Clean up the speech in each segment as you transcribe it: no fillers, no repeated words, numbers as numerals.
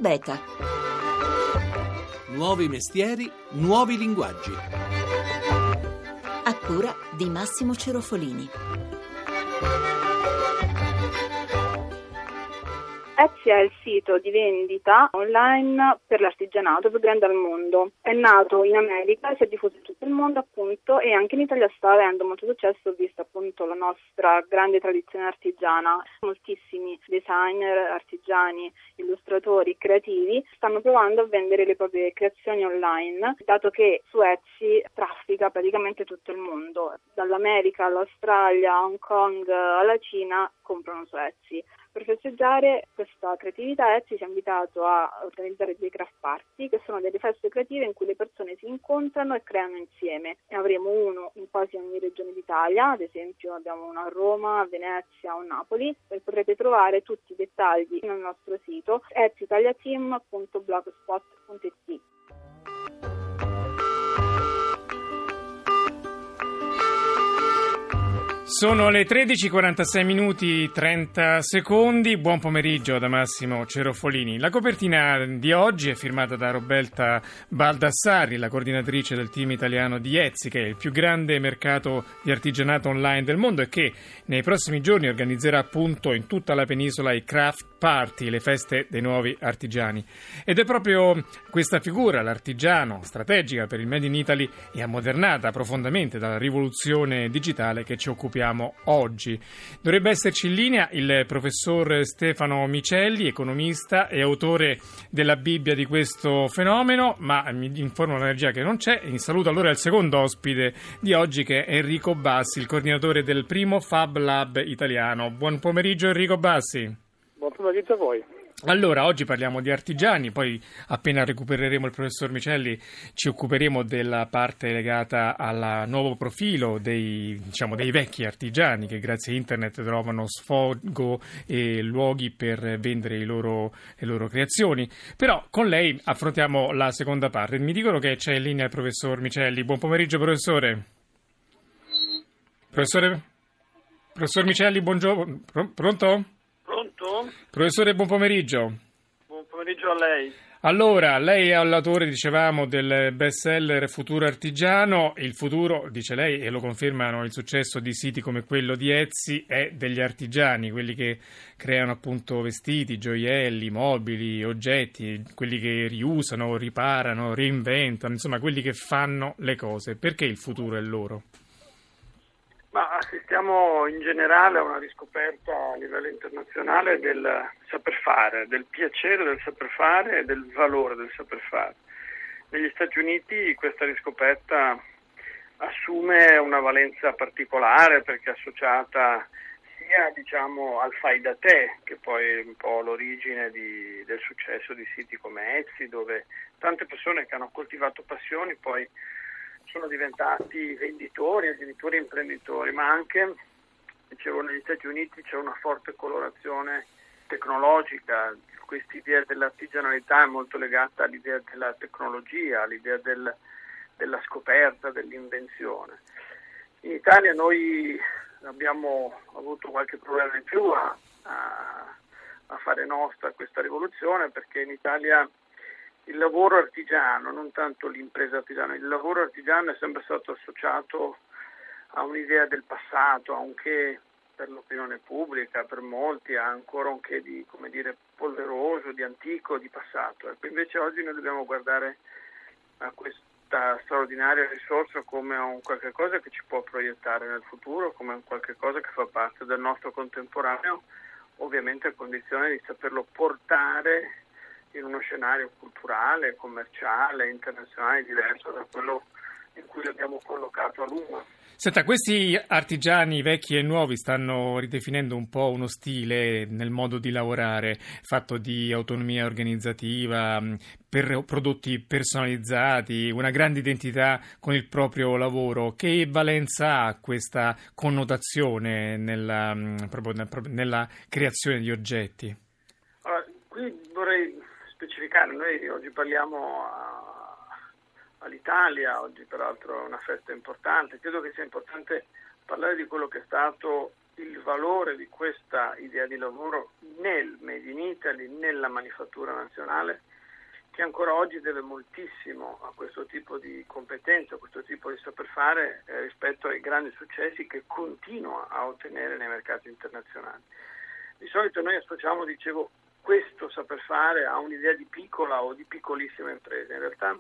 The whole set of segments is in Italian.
Beta. Nuovi mestieri, nuovi linguaggi. A cura di Massimo Cerofolini. Etsy è il sito di vendita online per l'artigianato più grande al mondo. È nato in America, si è diffuso in tutto il mondo appunto, e anche in Italia sta avendo molto successo visto appunto la nostra grande tradizione artigiana. Moltissimi designer, artigiani, illustratori, creativi stanno provando a vendere le proprie creazioni online, dato che su Etsy traffica praticamente tutto il mondo. Dall'America all'Australia, Hong Kong alla Cina comprano su Etsy. Per festeggiare questa creatività Etsy ci ha invitato a organizzare dei craft party, che sono delle feste creative in cui le persone si incontrano e creano insieme. E avremo uno in quasi ogni regione d'Italia, ad esempio abbiamo uno a Roma, a Venezia o a Napoli, e potrete trovare tutti i dettagli nel nostro sito etsyitaliateam.blogspot.it. Sono le 13:46 minuti 30 secondi. Buon pomeriggio da Massimo Cerofolini. La copertina di oggi è firmata da Roberta Baldassarri, la coordinatrice del team italiano di Etsy, che è il più grande mercato di artigianato online del mondo e che nei prossimi giorni organizzerà appunto in tutta la penisola i craft party, le feste dei nuovi artigiani. Ed è proprio questa figura, l'artigiano, strategica per il Made in Italy e ammodernata profondamente dalla rivoluzione digitale, che ci occupiamo oggi. Dovrebbe esserci in linea il professor Stefano Micelli, economista e autore della Bibbia di questo fenomeno, ma mi informo la regia che non c'è. E saluto allora il secondo ospite di oggi, che è Enrico Bassi, il coordinatore del primo Fab Lab italiano. Buon pomeriggio Enrico Bassi. Buon pomeriggio a voi. Allora, oggi parliamo di artigiani, poi appena recupereremo il professor Micelli ci occuperemo della parte legata al nuovo profilo dei vecchi artigiani che grazie a internet trovano sfogo e luoghi per vendere le loro creazioni. Però con lei affrontiamo la seconda parte. Mi dicono che c'è in linea il professor Micelli. Buon pomeriggio professore. Professor Micelli, buongiorno. Pronto? Professore, buon pomeriggio. Buon pomeriggio a lei. Allora, lei è l'autore, dicevamo, del bestseller Futuro Artigiano. Il futuro, dice lei, e lo confermano il successo di siti come quello di Etsy, è degli artigiani, quelli che creano appunto vestiti, gioielli, mobili, oggetti, quelli che riusano, riparano, reinventano, insomma, quelli che fanno le cose. Perché il futuro è loro? Ma assistiamo in generale a una riscoperta a livello internazionale del saper fare, del piacere del saper fare e del valore del saper fare. Negli Stati Uniti questa riscoperta assume una valenza particolare perché è associata sia al fai da te, che poi è un po' l'origine del successo di siti come Etsy, dove tante persone che hanno coltivato passioni poi sono diventati venditori, addirittura imprenditori, ma anche, dicevo, negli Stati Uniti c'è una forte colorazione tecnologica. Questa idea dell'artigianalità è molto legata all'idea della tecnologia, all'idea della scoperta, dell'invenzione. In Italia noi abbiamo avuto qualche problema in più a fare nostra questa rivoluzione, perché in Italia il lavoro artigiano, non tanto l'impresa artigiana, il lavoro artigiano è sempre stato associato a un'idea del passato, anche per l'opinione pubblica, per molti ha ancora un che di, polveroso, di antico, di passato. Ecco, invece oggi noi dobbiamo guardare a questa straordinaria risorsa come un qualche cosa che ci può proiettare nel futuro, come un qualche cosa che fa parte del nostro contemporaneo, ovviamente a condizione di saperlo portare in uno scenario culturale, commerciale, internazionale diverso da quello in cui l'abbiamo collocato a lungo. Senta, questi artigiani vecchi e nuovi stanno ridefinendo un po' uno stile nel modo di lavorare, fatto di autonomia organizzativa, per prodotti personalizzati, una grande identità con il proprio lavoro. Che valenza ha questa connotazione nella creazione di oggetti? Allora, qui vorrei specificare, noi oggi parliamo all'Italia, oggi peraltro è una festa importante, credo che sia importante parlare di quello che è stato il valore di questa idea di lavoro nel Made in Italy, nella manifattura nazionale, che ancora oggi deve moltissimo a questo tipo di competenza, a questo tipo di saper fare rispetto ai grandi successi che continua a ottenere nei mercati internazionali. Di solito noi associamo, dicevo, questo saper fare a un'idea di piccola o di piccolissima impresa. In realtà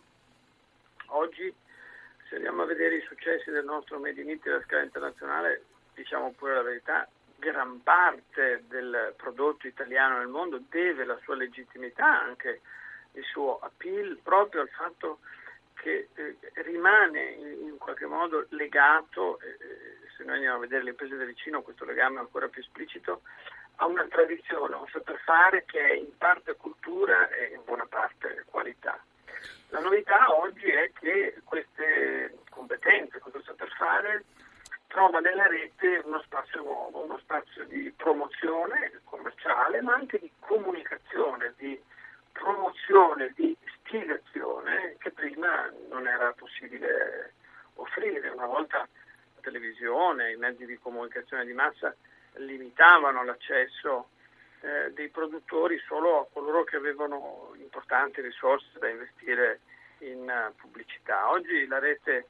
oggi, se andiamo a vedere i successi del nostro Made in Italy a scala internazionale, diciamo pure la verità, gran parte del prodotto italiano nel mondo deve la sua legittimità, anche il suo appeal, proprio al fatto che rimane in qualche modo legato, se noi andiamo a vedere le imprese da vicino questo legame è ancora più esplicito, a una tradizione, un saper fare che è in parte cultura e in buona parte qualità. La novità oggi è che queste competenze, questo saper fare, trova nella rete uno spazio nuovo, uno spazio di promozione commerciale, ma anche di comunicazione, di promozione, di spiegazione che prima non era possibile offrire. Una volta la televisione, i mezzi di comunicazione di massa limitavano l'accesso dei produttori solo a coloro che avevano importanti risorse da investire in pubblicità. Oggi la rete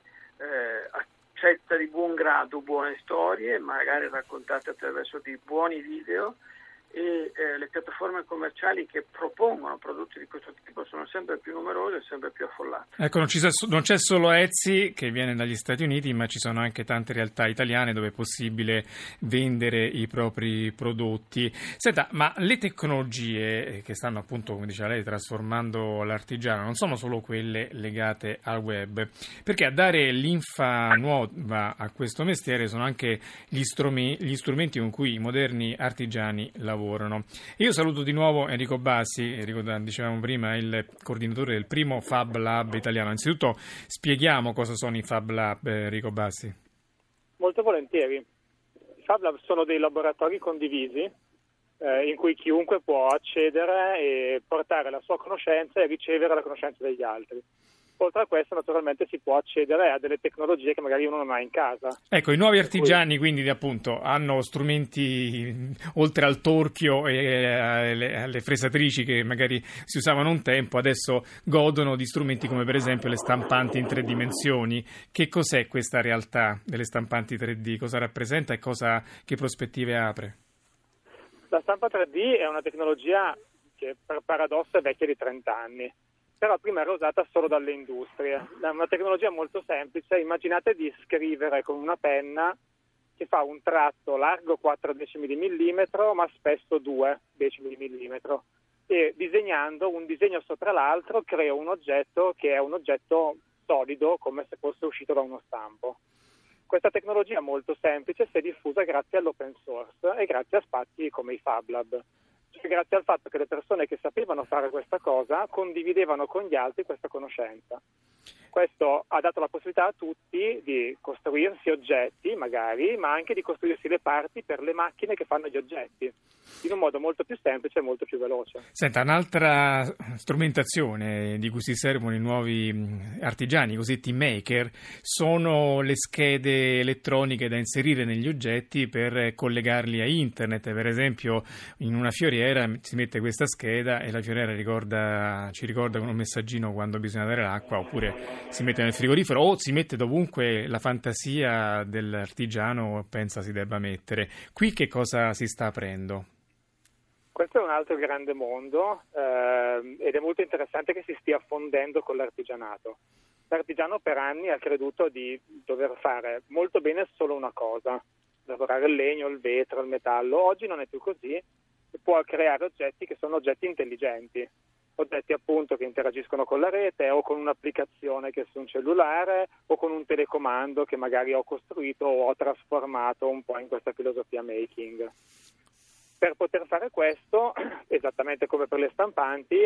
accetta di buon grado buone storie, magari raccontate attraverso di buoni video, e le piattaforme commerciali che propongono prodotti di questo tipo sono sempre più numerose e sempre più affollate. Ecco, non c'è solo Etsy che viene dagli Stati Uniti, ma ci sono anche tante realtà italiane dove è possibile vendere i propri prodotti. Senta, ma le tecnologie che stanno appunto, come diceva lei, trasformando l'artigiano non sono solo quelle legate al web, perché a dare linfa nuova a questo mestiere sono anche gli strumenti con cui i moderni artigiani lavorano. Io saluto di nuovo Enrico Bassi, dicevamo prima, il coordinatore del primo Fab Lab italiano. Innanzitutto spieghiamo cosa sono i Fab Lab, Enrico Bassi. Molto volentieri. I Fab Lab sono dei laboratori condivisi in cui chiunque può accedere e portare la sua conoscenza e ricevere la conoscenza degli altri. Oltre a questo, naturalmente, si può accedere a delle tecnologie che magari uno non ha in casa. Ecco, i nuovi artigiani, quindi, appunto, hanno strumenti, oltre al torchio e alle fresatrici che magari si usavano un tempo, adesso godono di strumenti come, per esempio, le stampanti in 3 dimensioni. Che cos'è questa realtà delle stampanti 3D? Cosa rappresenta e che prospettive apre? La stampa 3D è una tecnologia che, per paradosso, è vecchia di 30 anni. Però prima era usata solo dalle industrie. È una tecnologia molto semplice. Immaginate di scrivere con una penna che fa un tratto largo 4 decimi di millimetro, ma spesso 2 decimi di millimetro. E disegnando un disegno sopra l'altro crea un oggetto che è un oggetto solido, come se fosse uscito da uno stampo. Questa tecnologia molto semplice si è diffusa grazie all'open source e grazie a spazi come i Fab Lab. Grazie al fatto che le persone che sapevano fare questa cosa condividevano con gli altri questa conoscenza. Questo ha dato la possibilità a tutti di costruirsi oggetti, magari, ma anche di costruirsi le parti per le macchine che fanno gli oggetti, in un modo molto più semplice e molto più veloce. Senta, un'altra strumentazione di cui si servono i nuovi artigiani, i cosiddetti maker, sono le schede elettroniche da inserire negli oggetti per collegarli a internet. Per esempio, in una fioriera si mette questa scheda e la fioriera ci ricorda con un messaggino quando bisogna dare l'acqua, oppure si mette nel frigorifero o si mette dovunque la fantasia dell'artigiano pensa si debba mettere. Qui che cosa si sta aprendo? Questo è un altro grande mondo ed è molto interessante che si stia fondendo con l'artigianato. L'artigiano per anni ha creduto di dover fare molto bene solo una cosa, lavorare il legno, il vetro, il metallo. Oggi non è più così, può creare oggetti che sono oggetti intelligenti. Oggetti appunto che interagiscono con la rete o con un'applicazione che è su un cellulare o con un telecomando che magari ho costruito o ho trasformato un po' in questa filosofia making. Per poter fare questo, esattamente come per le stampanti,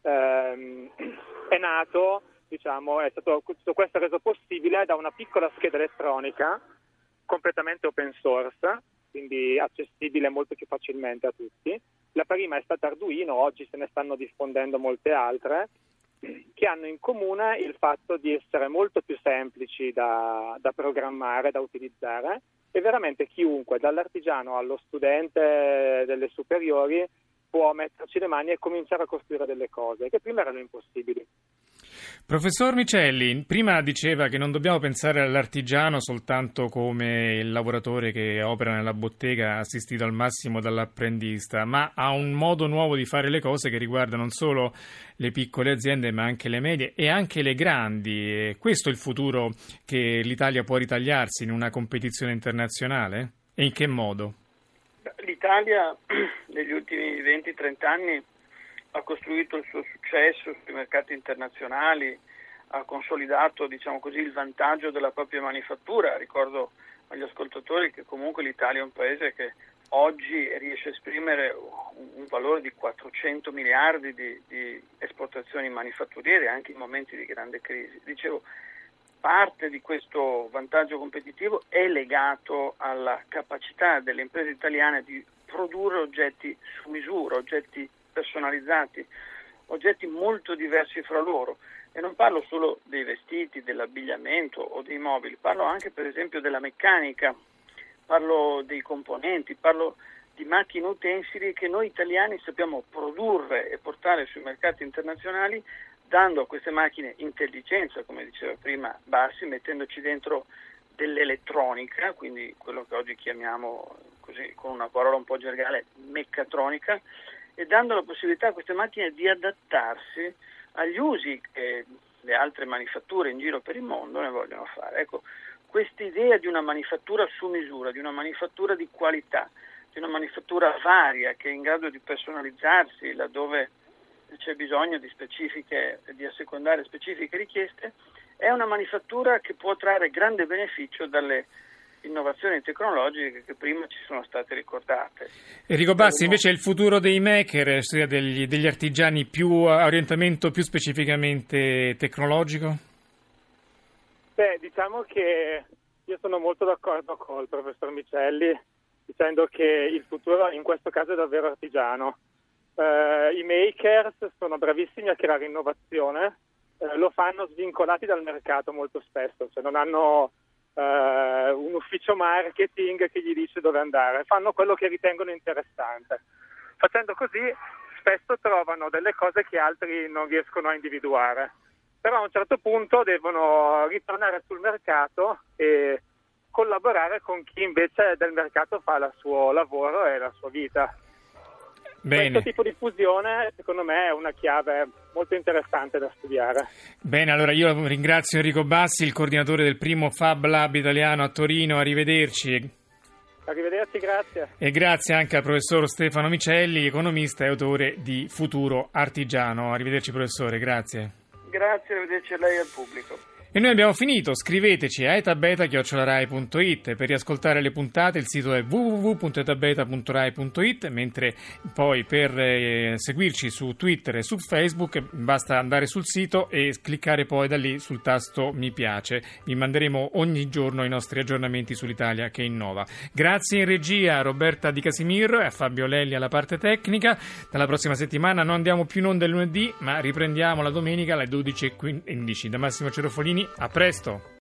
è nato, è stato tutto questo reso possibile da una piccola scheda elettronica completamente open source, quindi accessibile molto più facilmente a tutti. La prima è stata Arduino, oggi se ne stanno diffondendo molte altre, che hanno in comune il fatto di essere molto più semplici da programmare, da utilizzare, e veramente chiunque, dall'artigiano allo studente delle superiori, può metterci le mani e cominciare a costruire delle cose che prima erano impossibili. Professor Micelli, prima diceva che non dobbiamo pensare all'artigiano soltanto come il lavoratore che opera nella bottega assistito al massimo dall'apprendista, ma a un modo nuovo di fare le cose che riguarda non solo le piccole aziende ma anche le medie e anche le grandi. E questo è il futuro che l'Italia può ritagliarsi in una competizione internazionale? E in che modo? L'Italia negli ultimi 20-30 anni ha costruito il suo successo sui mercati internazionali, ha consolidato, diciamo così, il vantaggio della propria manifattura. Ricordo agli ascoltatori che comunque l'Italia è un paese che oggi riesce a esprimere un valore di 400 miliardi di esportazioni manifatturiere anche in momenti di grande crisi. Dicevo, parte di questo vantaggio competitivo è legato alla capacità delle imprese italiane di produrre oggetti su misura, oggetti personalizzati, oggetti molto diversi fra loro. E non parlo solo dei vestiti, dell'abbigliamento o dei mobili, parlo anche per esempio della meccanica, parlo dei componenti, parlo di macchine utensili che noi italiani sappiamo produrre e portare sui mercati internazionali, dando a queste macchine intelligenza, come diceva prima Bassi, mettendoci dentro dell'elettronica, quindi quello che oggi chiamiamo così con una parola un po' gergale meccatronica, e dando la possibilità a queste macchine di adattarsi agli usi che le altre manifatture in giro per il mondo ne vogliono fare. Ecco, questa idea di una manifattura su misura, di una manifattura di qualità, di una manifattura varia che è in grado di personalizzarsi laddove c'è bisogno di specifiche, di assecondare specifiche richieste, è una manifattura che può trarre grande beneficio dalle innovazioni tecnologiche che prima ci sono state ricordate. Enrico Bassi, invece il futuro dei maker, ossia degli artigiani più a orientamento più specificamente tecnologico? Beh, diciamo che io sono molto d'accordo con il professor Micelli dicendo che il futuro in questo caso è davvero artigiano. I makers sono bravissimi a creare innovazione, lo fanno svincolati dal mercato molto spesso, cioè non hanno un ufficio marketing che gli dice dove andare, fanno quello che ritengono interessante. Facendo così spesso trovano delle cose che altri non riescono a individuare, però a un certo punto devono ritornare sul mercato e collaborare con chi invece del mercato fa il suo lavoro e la sua vita. Bene. Questo tipo di fusione secondo me è una chiave molto interessante da studiare. Bene, allora io ringrazio Enrico Bassi, il coordinatore del primo Fab Lab italiano a Torino. Arrivederci. Arrivederci, grazie. E grazie anche al professor Stefano Micelli, economista e autore di Futuro Artigiano. Arrivederci professore, grazie. Grazie, arrivederci a lei e al pubblico. E noi abbiamo finito, scriveteci a etabeta@rai.it. Per riascoltare le puntate il sito è www.etabeta.rai.it, mentre poi per seguirci su Twitter e su Facebook basta andare sul sito e cliccare poi da lì sul tasto mi piace. Vi manderemo ogni giorno i nostri aggiornamenti sull'Italia che innova. Grazie in regia a Roberta Di Casimiro e a Fabio Lelli alla parte tecnica. Dalla prossima settimana non andiamo più in onda il lunedì, ma riprendiamo la domenica alle 12:15. Da Massimo Cerofolini, a presto!